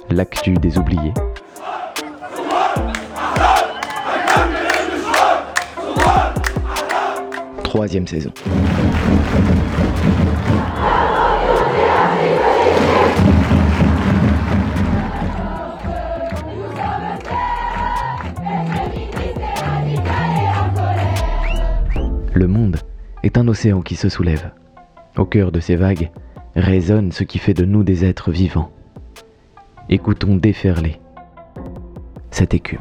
l'actu des oubliés. Troisième saison. Le monde est un océan qui se soulève. Au cœur de ces vagues résonne ce qui fait de nous des êtres vivants. Écoutons déferler cette écume.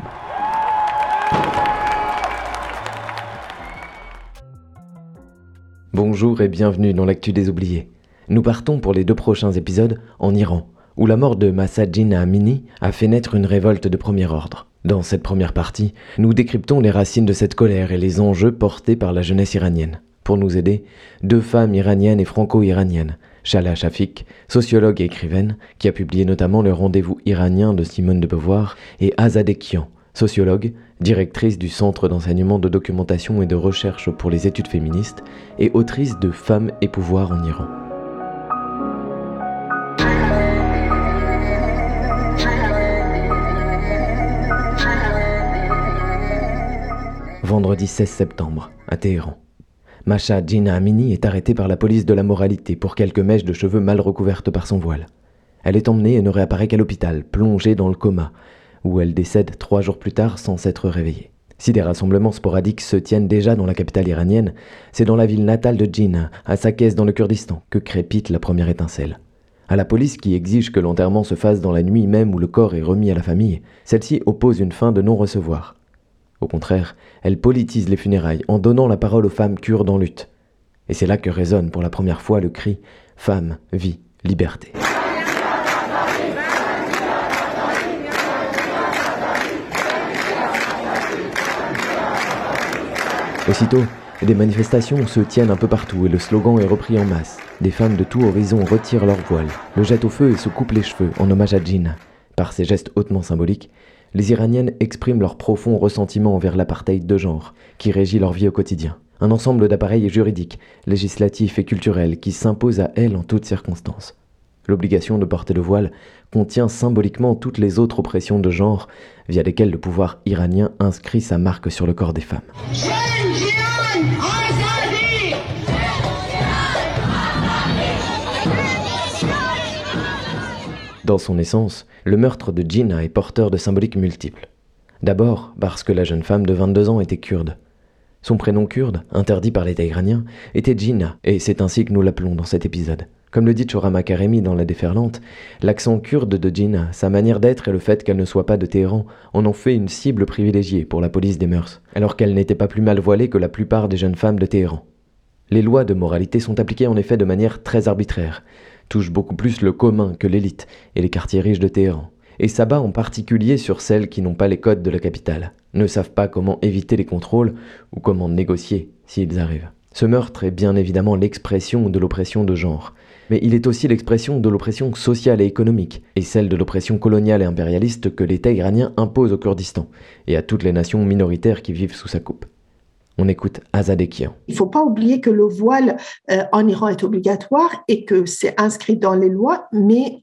Bonjour et bienvenue dans l'actu des oubliés. Nous partons pour les 2 prochains épisodes en Iran, où la mort de Mahsa Jina Amini a fait naître une révolte de premier ordre. Dans cette première partie, nous décryptons les racines de cette colère et les enjeux portés par la jeunesse iranienne. Pour nous aider, 2 femmes iraniennes et franco-iraniennes, Shala Shafik, sociologue et écrivaine, qui a publié notamment Le Rendez-vous iranien de Simone de Beauvoir, et Azadeh Kian, sociologue, directrice du Centre d'enseignement de documentation et de recherche pour les études féministes et autrice de Femmes et pouvoir en Iran. Vendredi 16 septembre, à Téhéran. Mahsa Jina Amini est arrêtée par la police de la moralité pour quelques mèches de cheveux mal recouvertes par son voile. Elle est emmenée et ne réapparaît qu'à l'hôpital, plongée dans le coma, où elle décède 3 jours plus tard sans s'être réveillée. Si des rassemblements sporadiques se tiennent déjà dans la capitale iranienne, c'est dans la ville natale de Jina, à Saqqez dans le Kurdistan, que crépite la première étincelle. À la police qui exige que l'enterrement se fasse dans la nuit même où le corps est remis à la famille, celle-ci oppose une fin de non-recevoir. Au contraire, elle politise les funérailles en donnant la parole aux femmes kurdes en lutte. Et c'est là que résonne pour la première fois le cri « Femme, vie, liberté ». Aussitôt, des manifestations se tiennent un peu partout et le slogan est repris en masse. Des femmes de tout horizon retirent leur voile, le jettent au feu et se coupent les cheveux en hommage à Jina. Par ces gestes hautement symboliques, les Iraniennes expriment leur profond ressentiment envers l'apartheid de genre qui régit leur vie au quotidien. Un ensemble d'appareils juridiques, législatifs et culturels qui s'imposent à elles en toutes circonstances. L'obligation de porter le voile contient symboliquement toutes les autres oppressions de genre via lesquelles le pouvoir iranien inscrit sa marque sur le corps des femmes. Dans son essence, le meurtre de Jina est porteur de symboliques multiples. D'abord parce que la jeune femme de 22 ans était kurde. Son prénom kurde, interdit par l'État iranien, était Jina, et c'est ainsi que nous l'appelons dans cet épisode. Comme le dit Chorama Karemi dans La Déferlante, l'accent kurde de Jina, sa manière d'être et le fait qu'elle ne soit pas de Téhéran en ont fait une cible privilégiée pour la police des mœurs, alors qu'elle n'était pas plus mal voilée que la plupart des jeunes femmes de Téhéran. Les lois de moralité sont appliquées en effet de manière très arbitraire, touchent beaucoup plus le commun que l'élite et les quartiers riches de Téhéran, et s'abat en particulier sur celles qui n'ont pas les codes de la capitale, ne savent pas comment éviter les contrôles ou comment négocier s'ils arrivent. Ce meurtre est bien évidemment l'expression de l'oppression de genre, mais il est aussi l'expression de l'oppression sociale et économique, et celle de l'oppression coloniale et impérialiste que l'État iranien impose au Kurdistan, et à toutes les nations minoritaires qui vivent sous sa coupe. On écoute Azadeh Kian. Il ne faut pas oublier que le voile en Iran est obligatoire et que c'est inscrit dans les lois, mais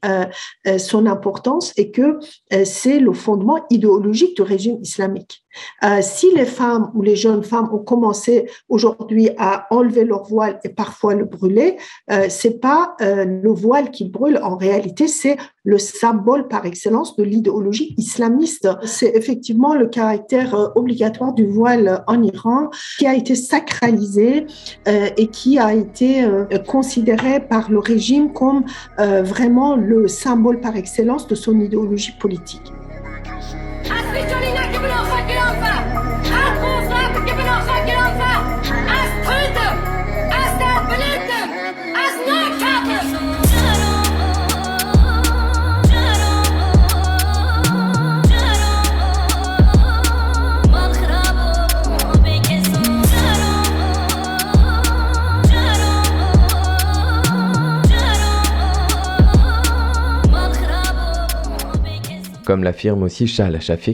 son importance est que c'est le fondement idéologique du régime islamique. Si les femmes ou les jeunes femmes ont commencé aujourd'hui à enlever leur voile et parfois le brûler, c'est pas le voile qui brûle en réalité, c'est le symbole par excellence de l'idéologie islamiste. C'est effectivement le caractère obligatoire du voile en Iran qui a été sacralisé et qui a été considéré par le régime comme vraiment le symbole par excellence de son idéologie politique. Comme l'affirme aussi Shala Shafik,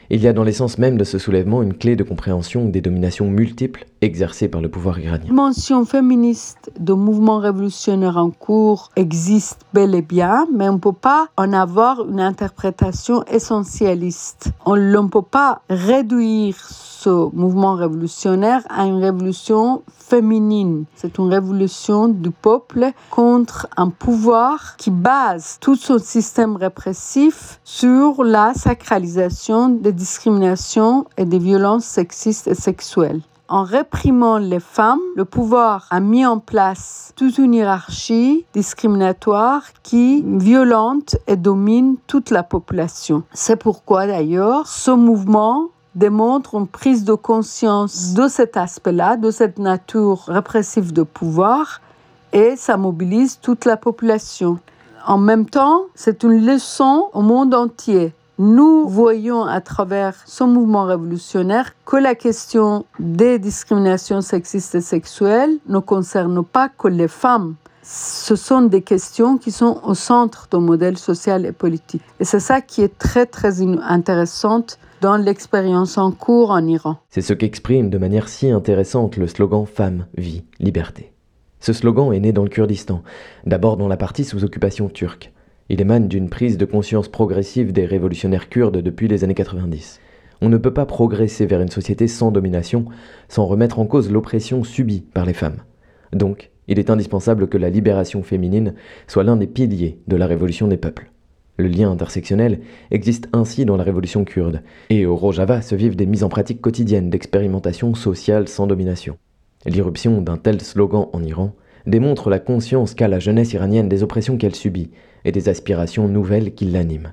Il y a dans l'essence même de ce soulèvement une clé de compréhension des dominations multiples exercées par le pouvoir iranien. La dimension féministe de mouvements révolutionnaires en cours existe bel et bien, mais on ne peut pas en avoir une interprétation essentialiste. On ne peut pas réduire ce mouvement révolutionnaire à une révolution féminine. C'est une révolution du peuple contre un pouvoir qui base tout son système répressif sur la sacralisation des discriminations et des violences sexistes et sexuelles. En réprimant les femmes, le pouvoir a mis en place toute une hiérarchie discriminatoire qui violente et domine toute la population. C'est pourquoi d'ailleurs ce mouvement démontre une prise de conscience de cet aspect-là, de cette nature répressive de pouvoir, et ça mobilise toute la population. En même temps, c'est une leçon au monde entier. Nous voyons à travers ce mouvement révolutionnaire que la question des discriminations sexistes et sexuelles ne concerne pas que les femmes. Ce sont des questions qui sont au centre du modèle social et politique. Et c'est ça qui est très, très intéressant dans l'expérience en cours en Iran. C'est ce qu'exprime de manière si intéressante le slogan « Femme, vie, liberté ». Ce slogan est né dans le Kurdistan, d'abord dans la partie sous occupation turque. Il émane d'une prise de conscience progressive des révolutionnaires kurdes depuis les années 90. On ne peut pas progresser vers une société sans domination, sans remettre en cause l'oppression subie par les femmes. Donc, il est indispensable que la libération féminine soit l'un des piliers de la révolution des peuples. Le lien intersectionnel existe ainsi dans la révolution kurde, et au Rojava se vivent des mises en pratique quotidiennes d'expérimentation sociale sans domination. L'irruption d'un tel slogan en Iran démontre la conscience qu'a la jeunesse iranienne des oppressions qu'elle subit et des aspirations nouvelles qui l'animent.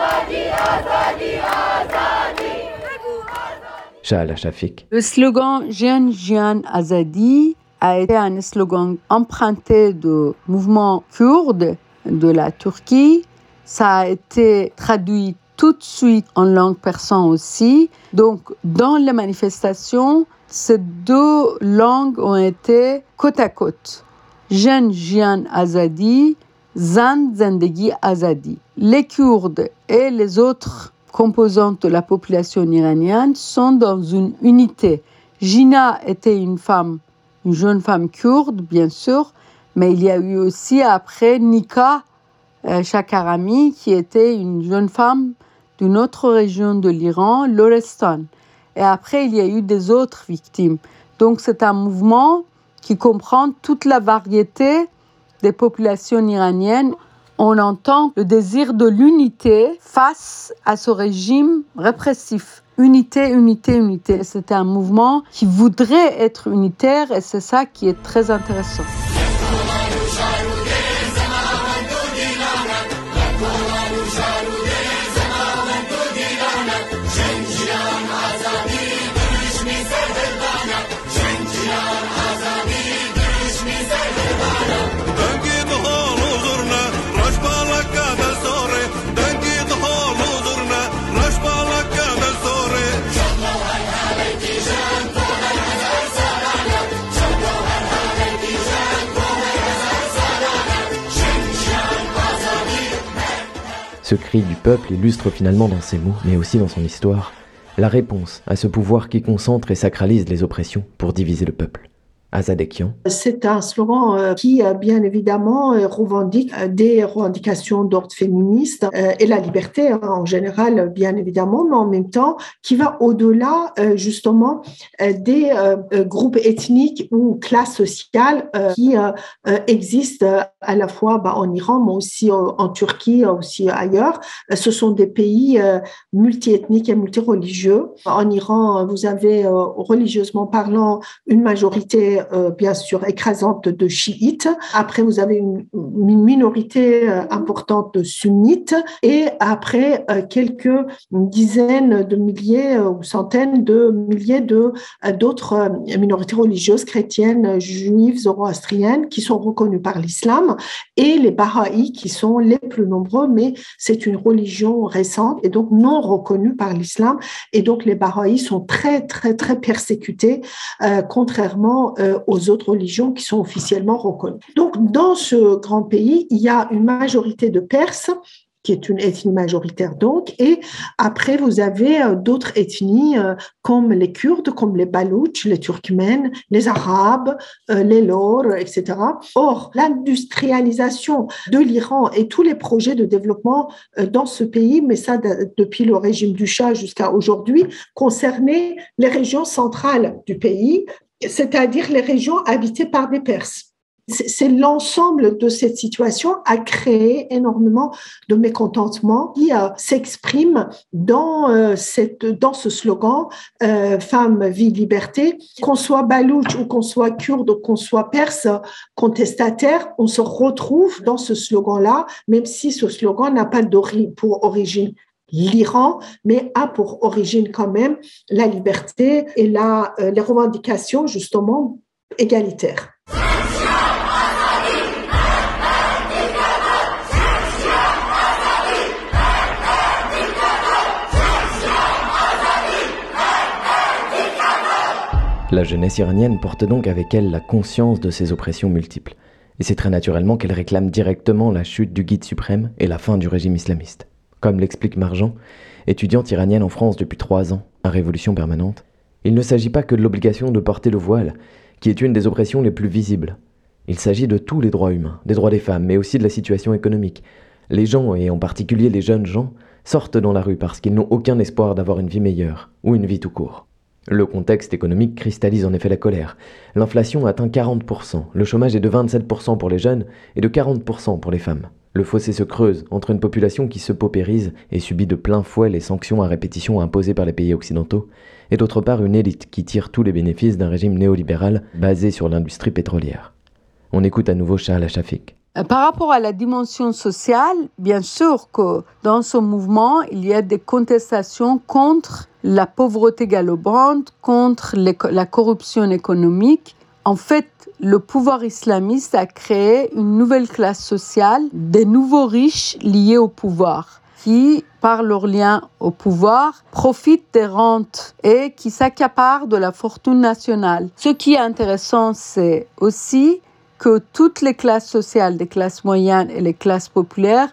Shahala Shafik. Le slogan « Jeune Jian Azadi » a été un slogan emprunté du mouvement kurde de la Turquie. Ça a été traduit tout de suite en langue persane aussi. Donc, dans les manifestations, ces deux langues ont été côte à côte. Jeune Jian Azadi, Zan Zendegi Azadi. Les Kurdes et les autres composantes de la population iranienne sont dans une unité. Jina était une jeune femme kurde, bien sûr, mais il y a eu aussi après Nika Shakarami, qui était une jeune femme d'une autre région de l'Iran, l'Orestan. Et après, il y a eu des autres victimes. Donc, c'est un mouvement qui comprend toute la variété des populations iraniennes. On entend le désir de l'unité face à ce régime répressif. Unité, unité, unité. C'est un mouvement qui voudrait être unitaire et c'est ça qui est très intéressant. Ce cri du peuple illustre finalement dans ses mots, mais aussi dans son histoire, la réponse à ce pouvoir qui concentre et sacralise les oppressions pour diviser le peuple. Azadekian. C'est un slogan qui, bien évidemment, revendique des revendications d'ordre féministe et la liberté en général, bien évidemment, mais en même temps, qui va au-delà, justement, des groupes ethniques ou classes sociales qui existent à la fois en Iran, mais aussi en Turquie, aussi ailleurs. Ce sont des pays multiethniques et multireligieux. En Iran, vous avez, religieusement parlant, une majorité bien sûr écrasante de chiites. Après, vous avez une minorité importante de sunnites et après quelques dizaines de milliers ou centaines de milliers d'autres minorités religieuses chrétiennes, juives, zoroastriennes qui sont reconnues par l'islam et les Bahaïs qui sont les plus nombreux, mais c'est une religion récente et donc non reconnue par l'islam et donc les Bahaïs sont très très très persécutés contrairement aux autres religions qui sont officiellement reconnues. Donc, dans ce grand pays, il y a une majorité de Perses qui est une ethnie majoritaire donc, et après vous avez d'autres ethnies comme les Kurdes, comme les Baloutches, les Turkmènes, les Arabes, les Lors, etc. Or, l'industrialisation de l'Iran et tous les projets de développement dans ce pays, mais ça depuis le régime du Shah jusqu'à aujourd'hui, concernaient les régions centrales du pays, c'est-à-dire les régions habitées par des Perses. C'est l'ensemble de cette situation a créé énormément de mécontentement qui s'exprime dans ce slogan Femme, vie, liberté. Qu'on soit Baloutche ou qu'on soit Kurde ou qu'on soit Perse contestataire, on se retrouve dans ce slogan-là, même si ce slogan n'a pas pour origine l'Iran, mais a pour origine quand même la liberté et les revendications justement égalitaires. La jeunesse iranienne porte donc avec elle la conscience de ces oppressions multiples. Et c'est très naturellement qu'elle réclame directement la chute du guide suprême et la fin du régime islamiste. Comme l'explique Marjan, étudiante iranienne en France depuis 3 ans, à Révolution permanente, il ne s'agit pas que de l'obligation de porter le voile, qui est une des oppressions les plus visibles. Il s'agit de tous les droits humains, des droits des femmes, mais aussi de la situation économique. Les gens, et en particulier les jeunes gens, sortent dans la rue parce qu'ils n'ont aucun espoir d'avoir une vie meilleure, ou une vie tout court. Le contexte économique cristallise en effet la colère. L'inflation atteint 40%, le chômage est de 27% pour les jeunes et de 40% pour les femmes. Le fossé se creuse entre une population qui se paupérise et subit de plein fouet les sanctions à répétition imposées par les pays occidentaux, et d'autre part une élite qui tire tous les bénéfices d'un régime néolibéral basé sur l'industrie pétrolière. On écoute à nouveau Shahla Shafik. Par rapport à la dimension sociale, bien sûr que dans ce mouvement, il y a des contestations contre la pauvreté galopante, contre la corruption économique. En fait, le pouvoir islamiste a créé une nouvelle classe sociale, des nouveaux riches liés au pouvoir, qui, par leur lien au pouvoir, profitent des rentes et qui s'accaparent de la fortune nationale. Ce qui est intéressant, c'est aussi que toutes les classes sociales, des classes moyennes et les classes populaires,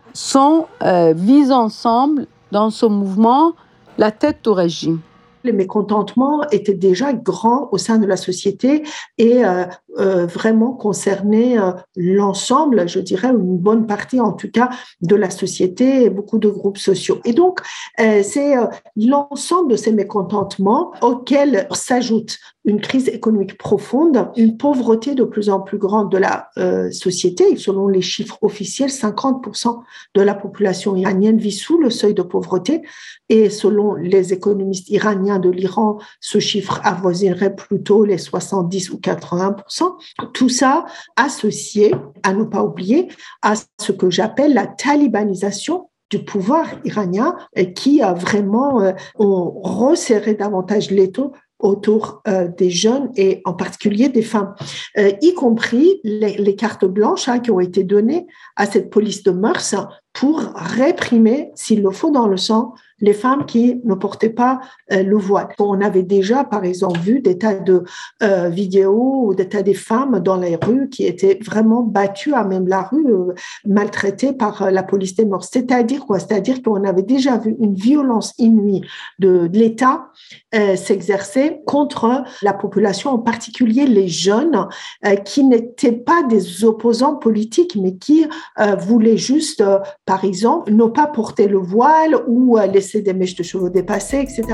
visent ensemble dans ce mouvement la tête du régime. Les mécontentements étaient déjà grands au sein de la société et vraiment concernaient l'ensemble, je dirais, une bonne partie en tout cas de la société et beaucoup de groupes sociaux. Et donc, c'est l'ensemble de ces mécontentements auxquels s'ajoute une crise économique profonde, une pauvreté de plus en plus grande de la société. Selon les chiffres officiels, 50% de la population iranienne vit sous le seuil de pauvreté et selon les économistes iraniens de l'Iran, ce chiffre avoisinerait plutôt les 70 ou 80%. Tout ça associé, à ne pas oublier, à ce que j'appelle la talibanisation du pouvoir iranien qui a vraiment ont resserré davantage l'étau autour des jeunes et en particulier des femmes, y compris les cartes blanches qui ont été données à cette police de mœurs pour réprimer, s'il le faut dans le sang, les femmes qui ne portaient pas le voile. On avait déjà, par exemple, vu des tas de vidéos ou des tas de femmes dans les rues qui étaient vraiment battues à même la rue, maltraitées par la police des mœurs. C'est-à-dire quoi ? C'est-à-dire qu'on avait déjà vu une violence inouïe de l'État s'exercer contre la population, en particulier les jeunes qui n'étaient pas des opposants politiques, mais qui voulaient juste, par exemple, ne pas porter le voile ou laisser des mèches de cheveux dépassées, etc.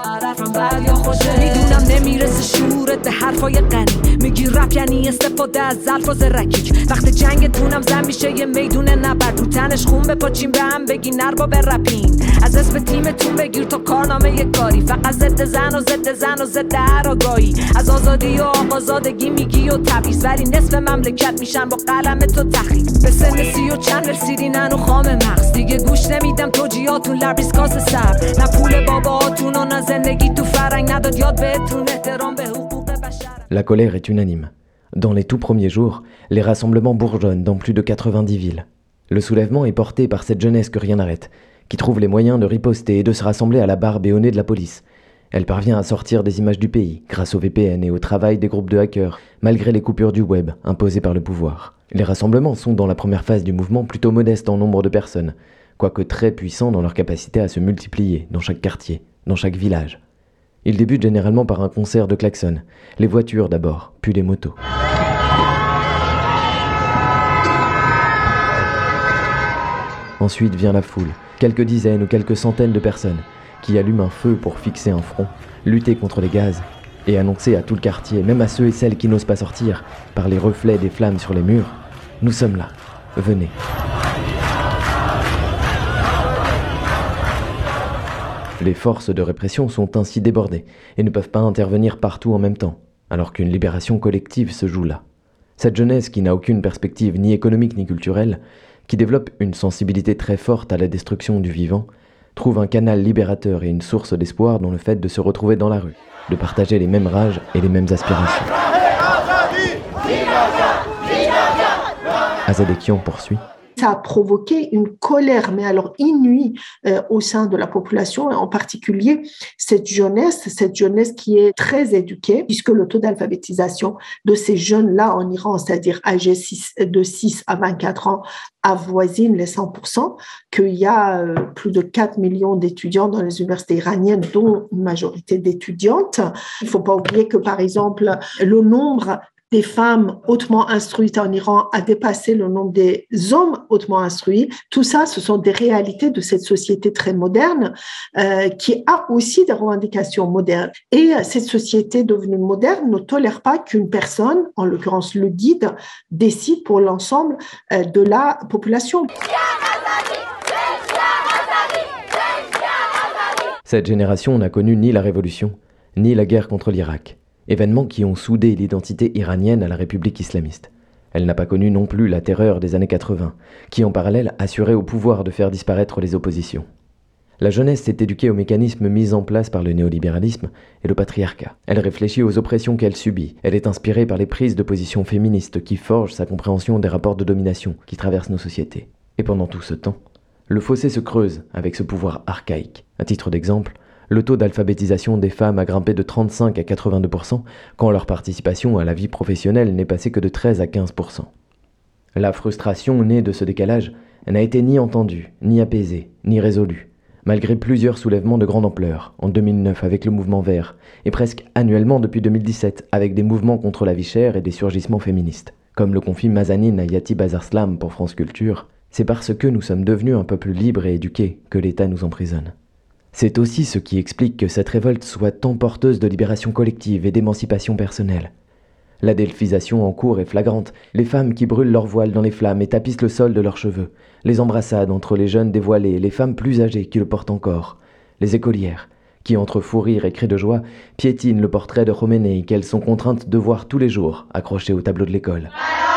میگی رپ یعنی استفاده از الفاظ رکیک وقت جنگتونم زن میشه یه میدون نبرد رو تنش خون بپاچیم به هم بگی نربا به رپین از اسم تیمتون بگیر تا کارنامه یه کاری فقط ضد زن و ضد زن و ضد هر آگاهی از آزادی و آقازادگی میگی و تبعیض ولی نصف مملکت میشن با قلم تو تخریب به سن 30 و چند رسیدین و خام مغز دیگه گوش نمیدم توجیهاتون لبریز کاسه صبر نه پول باباهاتون و نه زندگی تو فرنگ نداد یاد بهتون احترام به حقوق بشر. La colère est unanime. Dans les tout premiers jours, les rassemblements bourgeonnent dans plus de 90 villes. Le soulèvement est porté par cette jeunesse que rien n'arrête, qui trouve les moyens de riposter et de se rassembler à la barbe et au nez de la police. Elle parvient à sortir des images du pays, grâce au VPN et au travail des groupes de hackers, malgré les coupures du web imposées par le pouvoir. Les rassemblements sont dans la première phase du mouvement plutôt modestes en nombre de personnes, quoique très puissants dans leur capacité à se multiplier dans chaque quartier, dans chaque village. Ils débutent généralement par un concert de klaxons, les voitures d'abord, puis les motos. Ensuite vient la foule, quelques dizaines ou quelques centaines de personnes, qui allument un feu pour fixer un front, lutter contre les gaz, et annoncer à tout le quartier, même à ceux et celles qui n'osent pas sortir, par les reflets des flammes sur les murs, « Nous sommes là, venez ». Les forces de répression sont ainsi débordées et ne peuvent pas intervenir partout en même temps, alors qu'une libération collective se joue là. Cette jeunesse qui n'a aucune perspective ni économique ni culturelle, qui développe une sensibilité très forte à la destruction du vivant, trouve un canal libérateur et une source d'espoir dans le fait de se retrouver dans la rue, de partager les mêmes rages et les mêmes aspirations. Azadekian poursuit. Ça a provoqué une colère, mais alors inouïe au sein de la population, et en particulier cette jeunesse qui est très éduquée, puisque le taux d'alphabétisation de ces jeunes-là en Iran, c'est-à-dire âgés de 6 à 24 ans, avoisine les 100%, qu'il y a plus de 4 millions d'étudiants dans les universités iraniennes, dont une majorité d'étudiantes. Il ne faut pas oublier que, par exemple, le nombre des femmes hautement instruites en Iran a dépassé le nombre des hommes hautement instruits. Tout ça, ce sont des réalités de cette société très moderne qui a aussi des revendications modernes. Et cette société devenue moderne ne tolère pas qu'une personne, en l'occurrence le guide, décide pour l'ensemble de la population. Cette génération n'a connu ni la révolution, ni la guerre contre l'Irak. Événements qui ont soudé l'identité iranienne à la République islamiste. Elle n'a pas connu non plus la terreur des années 80, qui en parallèle assurait au pouvoir de faire disparaître les oppositions. La jeunesse s'est éduquée aux mécanismes mis en place par le néolibéralisme et le patriarcat. Elle réfléchit aux oppressions qu'elle subit. Elle est inspirée par les prises de position féministes qui forgent sa compréhension des rapports de domination qui traversent nos sociétés. Et pendant tout ce temps, le fossé se creuse avec ce pouvoir archaïque. À titre d'exemple, le taux d'alphabétisation des femmes a grimpé de 35 à 82%, quand leur participation à la vie professionnelle n'est passée que de 13 à 15%. La frustration née de ce décalage n'a été ni entendue, ni apaisée, ni résolue, malgré plusieurs soulèvements de grande ampleur, en 2009 avec le mouvement vert, et presque annuellement depuis 2017 avec des mouvements contre la vie chère et des surgissements féministes. Comme le confie Mazanine Ayati Bazarslam pour France Culture, c'est parce que nous sommes devenus un peuple libre et éduqué que l'État nous emprisonne. C'est aussi ce qui explique que cette révolte soit tant porteuse de libération collective et d'émancipation personnelle. La delphisation en cours est flagrante, les femmes qui brûlent leurs voiles dans les flammes et tapissent le sol de leurs cheveux, les embrassades entre les jeunes dévoilés, les femmes plus âgées qui le portent encore, les écolières, qui entre fou rire et cris de joie, piétinent le portrait de Khomeini qu'elles sont contraintes de voir tous les jours accroché au tableau de l'école.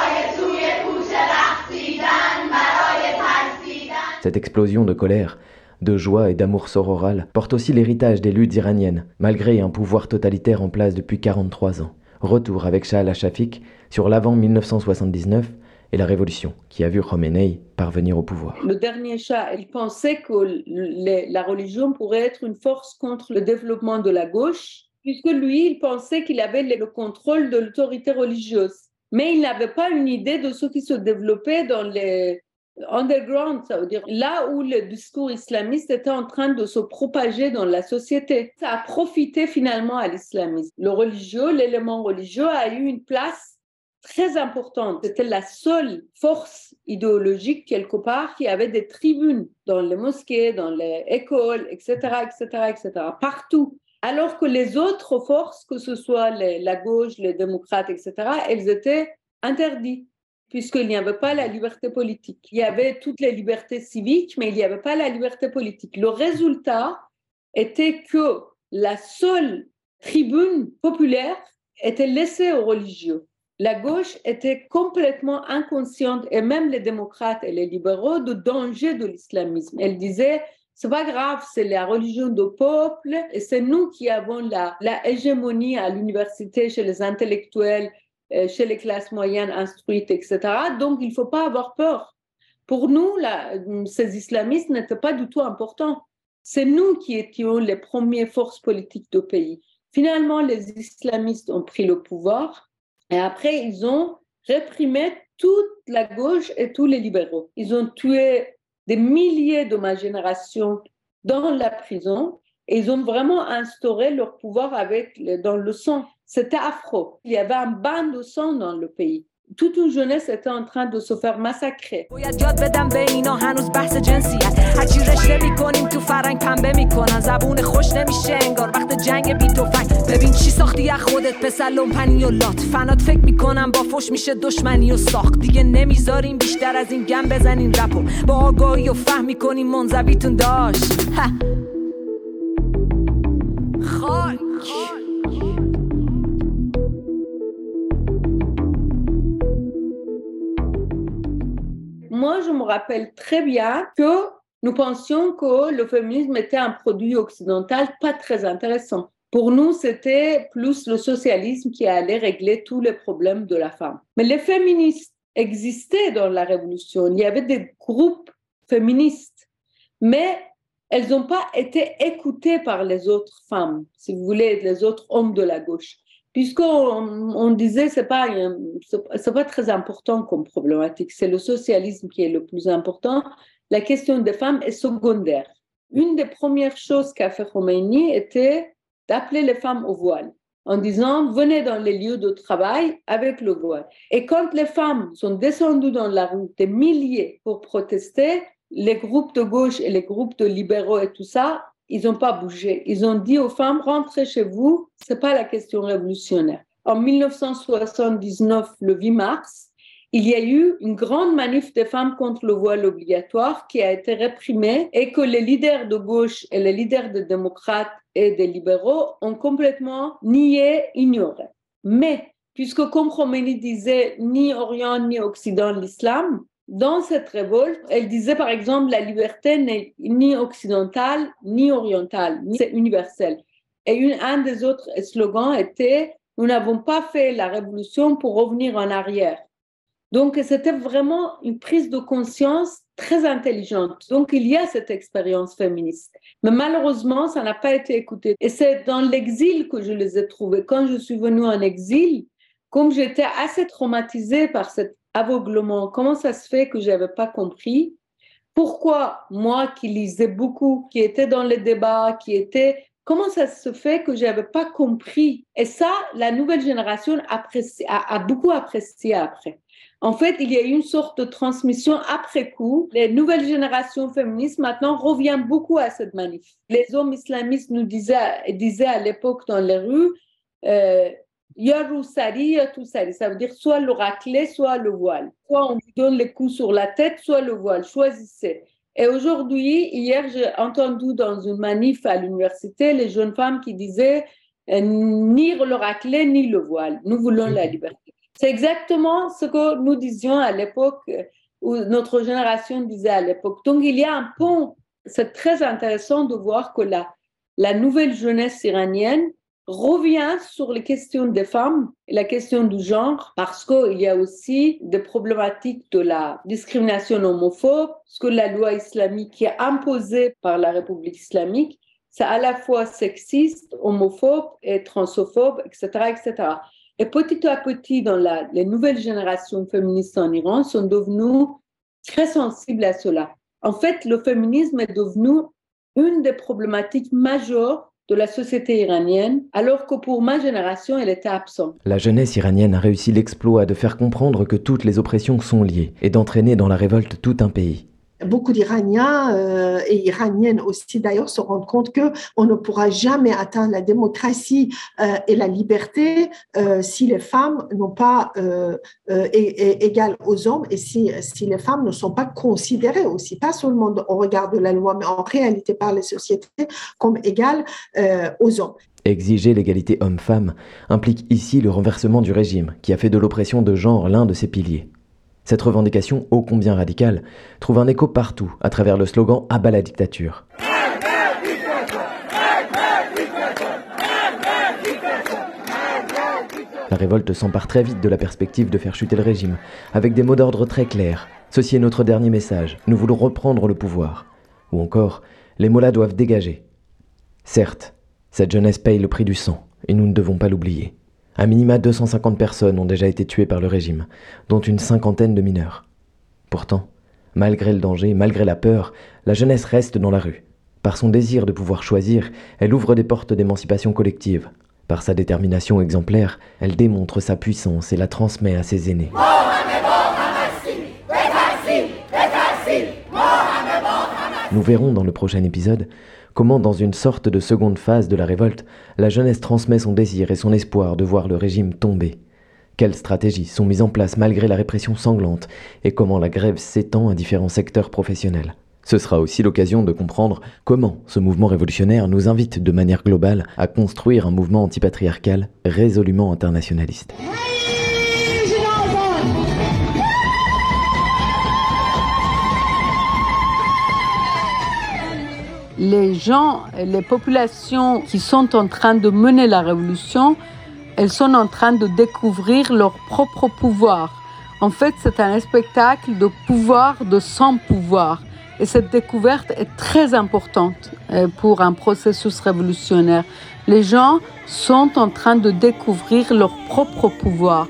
Cette explosion de colère, de joie et d'amour sororal porte aussi l'héritage des luttes iraniennes, malgré un pouvoir totalitaire en place depuis 43 ans. Retour avec Shah al-Shafiq sur l'avant 1979 et la révolution qui a vu Khomeini parvenir au pouvoir. Le dernier Shah, il pensait que la religion pourrait être une force contre le développement de la gauche, puisque lui, il pensait qu'il avait le contrôle de l'autorité religieuse. Mais il n'avait pas une idée de ce qui se développait dans les underground, ça veut dire là où le discours islamiste était en train de se propager dans la société. Ça a profité finalement à l'islamisme. Le religieux, l'élément religieux a eu une place très importante. C'était la seule force idéologique quelque part qui avait des tribunes dans les mosquées, dans les écoles, etc., etc., etc., partout. Alors que les autres forces, que ce soit la gauche, les démocrates, etc., elles étaient interdites, puisqu'il n'y avait pas la liberté politique. Il y avait toutes les libertés civiques, mais il n'y avait pas la liberté politique. Le résultat était que la seule tribune populaire était laissée aux religieux. La gauche était complètement inconsciente, et même les démocrates et les libéraux, du danger de l'islamisme. Elle disait, c'est pas grave, c'est la religion du peuple, et c'est nous qui avons la hégémonie à l'université, chez les intellectuels, chez les classes moyennes instruites, etc. Donc, il ne faut pas avoir peur. Pour nous, ces islamistes n'étaient pas du tout importants. C'est nous qui étions les premières forces politiques du pays. Finalement, les islamistes ont pris le pouvoir et après, ils ont réprimé toute la gauche et tous les libéraux. Ils ont tué des milliers de ma génération dans la prison et ils ont vraiment instauré leur pouvoir dans le sang. C'était affreux. Il y avait un bain de sang dans le pays. Toute une jeunesse était en train de se faire massacrer. باید یاد بدم به اینا هنوز بحث جنسیت هرچی رشته میکنیم تو فرنگ پنبه میکنن زبون خوش نمیشه انگار وقت جنگ بی تفنگ ببین چی ساختی از خودت پسر لومپنی و لات فنات فکر میکنم با فوش میشه دشمنی و ساخت دیگه نمیذاریم بیشتر از این گم بزنین رپو با آگاهی و فهم میکنیم منزویتون داشت خاک Moi, je me rappelle très bien que nous pensions que le féminisme était un produit occidental pas très intéressant. Pour nous, c'était plus le socialisme qui allait régler tous les problèmes de la femme. Mais les féministes existaient dans la Révolution. Il y avait des groupes féministes, mais elles n'ont pas été écoutées par les autres femmes, si vous voulez, les autres hommes de la gauche. Puisqu'on disait c'est pas très important comme problématique, c'est le socialisme qui est le plus important, la question des femmes est secondaire. Une des premières choses qu'a fait Khomeini était d'appeler les femmes au voile, en disant venez dans les lieux de travail avec le voile. Et quand les femmes sont descendues dans la rue, des milliers pour protester, les groupes de gauche et les groupes de libéraux et tout ça, ils n'ont pas bougé. Ils ont dit aux femmes, rentrez chez vous, ce n'est pas la question révolutionnaire. En 1979, le 8 mars, il y a eu une grande manif des femmes contre le voile obligatoire qui a été réprimée et que les leaders de gauche et les leaders des démocrates et des libéraux ont complètement nié, ignoré. Mais, puisque comme Khomeini disait, ni Orient ni Occident l'islam, dans cette révolte, elle disait par exemple la liberté n'est ni occidentale ni orientale, c'est universel. Et un des autres slogans était nous n'avons pas fait la révolution pour revenir en arrière. Donc c'était vraiment une prise de conscience très intelligente. Donc il y a cette expérience féministe. Mais malheureusement, ça n'a pas été écouté. Et c'est dans l'exil que je les ai trouvées. Quand je suis venue en exil, comme j'étais assez traumatisée par cet aveuglement, comment ça se fait que je n'avais pas compris? Pourquoi moi qui lisais beaucoup, qui était dans les débats, comment ça se fait que je n'avais pas compris? Et ça, la nouvelle génération a beaucoup apprécié après. En fait, il y a eu une sorte de transmission après coup. Les nouvelles générations féministes maintenant reviennent beaucoup à cette manif. Les hommes islamistes nous disaient à l'époque dans les rues ya rousari, ya tousari, ça veut dire soit le raclé, soit le voile. Soit on vous donne les coups sur la tête, soit le voile, choisissez. Et aujourd'hui, hier, j'ai entendu dans une manif à l'université les jeunes femmes qui disaient ni le raclé, ni le voile. Nous voulons la liberté. C'est exactement ce que nous disions à l'époque, ou notre génération disait à l'époque. Donc, il y a un pont. C'est très intéressant de voir que la nouvelle jeunesse iranienne revient sur les questions des femmes et la question du genre parce qu'il y a aussi des problématiques de la discrimination homophobe, parce que la loi islamique qui est imposée par la République islamique, c'est à la fois sexiste, homophobe et transphobe, etc., etc. Et petit à petit, les nouvelles générations féministes en Iran sont devenues très sensibles à cela. En fait, le féminisme est devenu une des problématiques majeures de la société iranienne, alors que pour ma génération, elle était absente. La jeunesse iranienne a réussi l'exploit de faire comprendre que toutes les oppressions sont liées et d'entraîner dans la révolte tout un pays. Beaucoup d'Iraniens et Iraniennes aussi d'ailleurs se rendent compte qu'on ne pourra jamais atteindre la démocratie et la liberté si les femmes n'ont pas égales aux hommes et si les femmes ne sont pas considérées aussi, pas seulement au regard de la loi, mais en réalité par les sociétés comme égales aux hommes. Exiger l'égalité homme-femme implique ici le renversement du régime qui a fait de l'oppression de genre l'un de ses piliers. Cette revendication ô combien radicale trouve un écho partout à travers le slogan « À bas la dictature ». La révolte s'empare très vite de la perspective de faire chuter le régime, avec des mots d'ordre très clairs. Ceci est notre dernier message, nous voulons reprendre le pouvoir. Ou encore, les mollahs doivent dégager. Certes, cette jeunesse paye le prix du sang, et nous ne devons pas l'oublier. À minima 250 personnes ont déjà été tuées par le régime, dont une cinquantaine de mineurs. Pourtant, Malgré le danger, malgré la peur, la jeunesse reste dans la rue. Par son désir de pouvoir choisir, elle ouvre des portes d'émancipation collective. Par sa détermination exemplaire, elle démontre sa puissance et la transmet à ses aînés. Nous verrons dans le prochain épisode comment, dans une sorte de seconde phase de la révolte, la jeunesse transmet son désir et son espoir de voir le régime tomber. Quelles stratégies sont mises en place malgré la répression sanglante et comment la grève s'étend à différents secteurs professionnels. Ce sera aussi l'occasion de comprendre comment ce mouvement révolutionnaire nous invite de manière globale à construire un mouvement antipatriarcal résolument internationaliste. Les gens, les populations qui sont en train de mener la révolution, elles sont en train de découvrir leur propre pouvoir. En fait, c'est un spectacle de pouvoir, de sans-pouvoir. Et cette découverte est très importante pour un processus révolutionnaire. Les gens sont en train de découvrir leur propre pouvoir.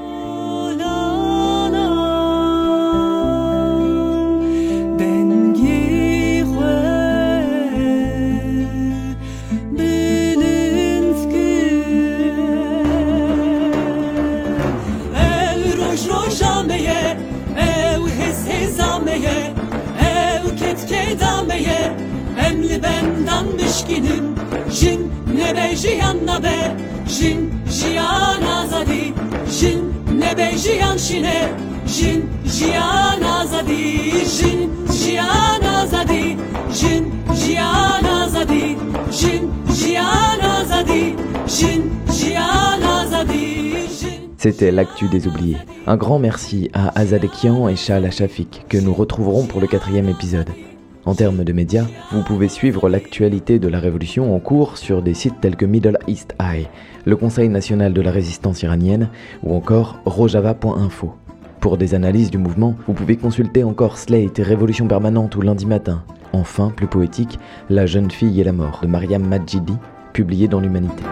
C'était l'actu des oubliés. Un grand merci à Azadekian et Shahla Shafik que nous retrouverons pour le 4e épisode. En termes de médias, vous pouvez suivre l'actualité de la révolution en cours sur des sites tels que Middle East Eye, le Conseil national de la résistance iranienne ou encore rojava.info. Pour des analyses du mouvement, vous pouvez consulter encore Slate et Révolution permanente ou Lundi matin. Enfin, plus poétique, La jeune fille et la mort de Mariam Majidi, publié dans l'Humanité.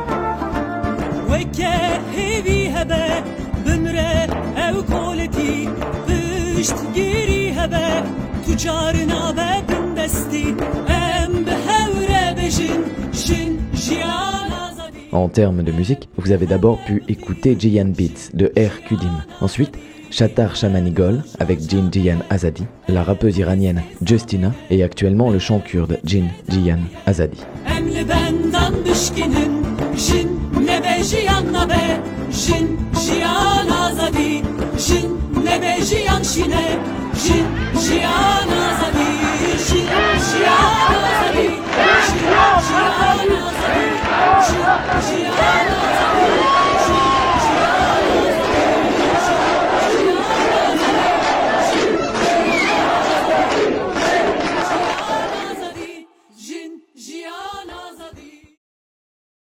En termes de musique, vous avez d'abord pu écouter Jiyan Beats de R. Kudim. Ensuite, Shatar Shamanigol avec Jin Jiyan Azadi, la rappeuse iranienne Justina et actuellement le chant kurde Jin Jiyan Azadi. Jin, Jiyan Azadi, Jin, Jiyan Azadi, Jin, Jiyan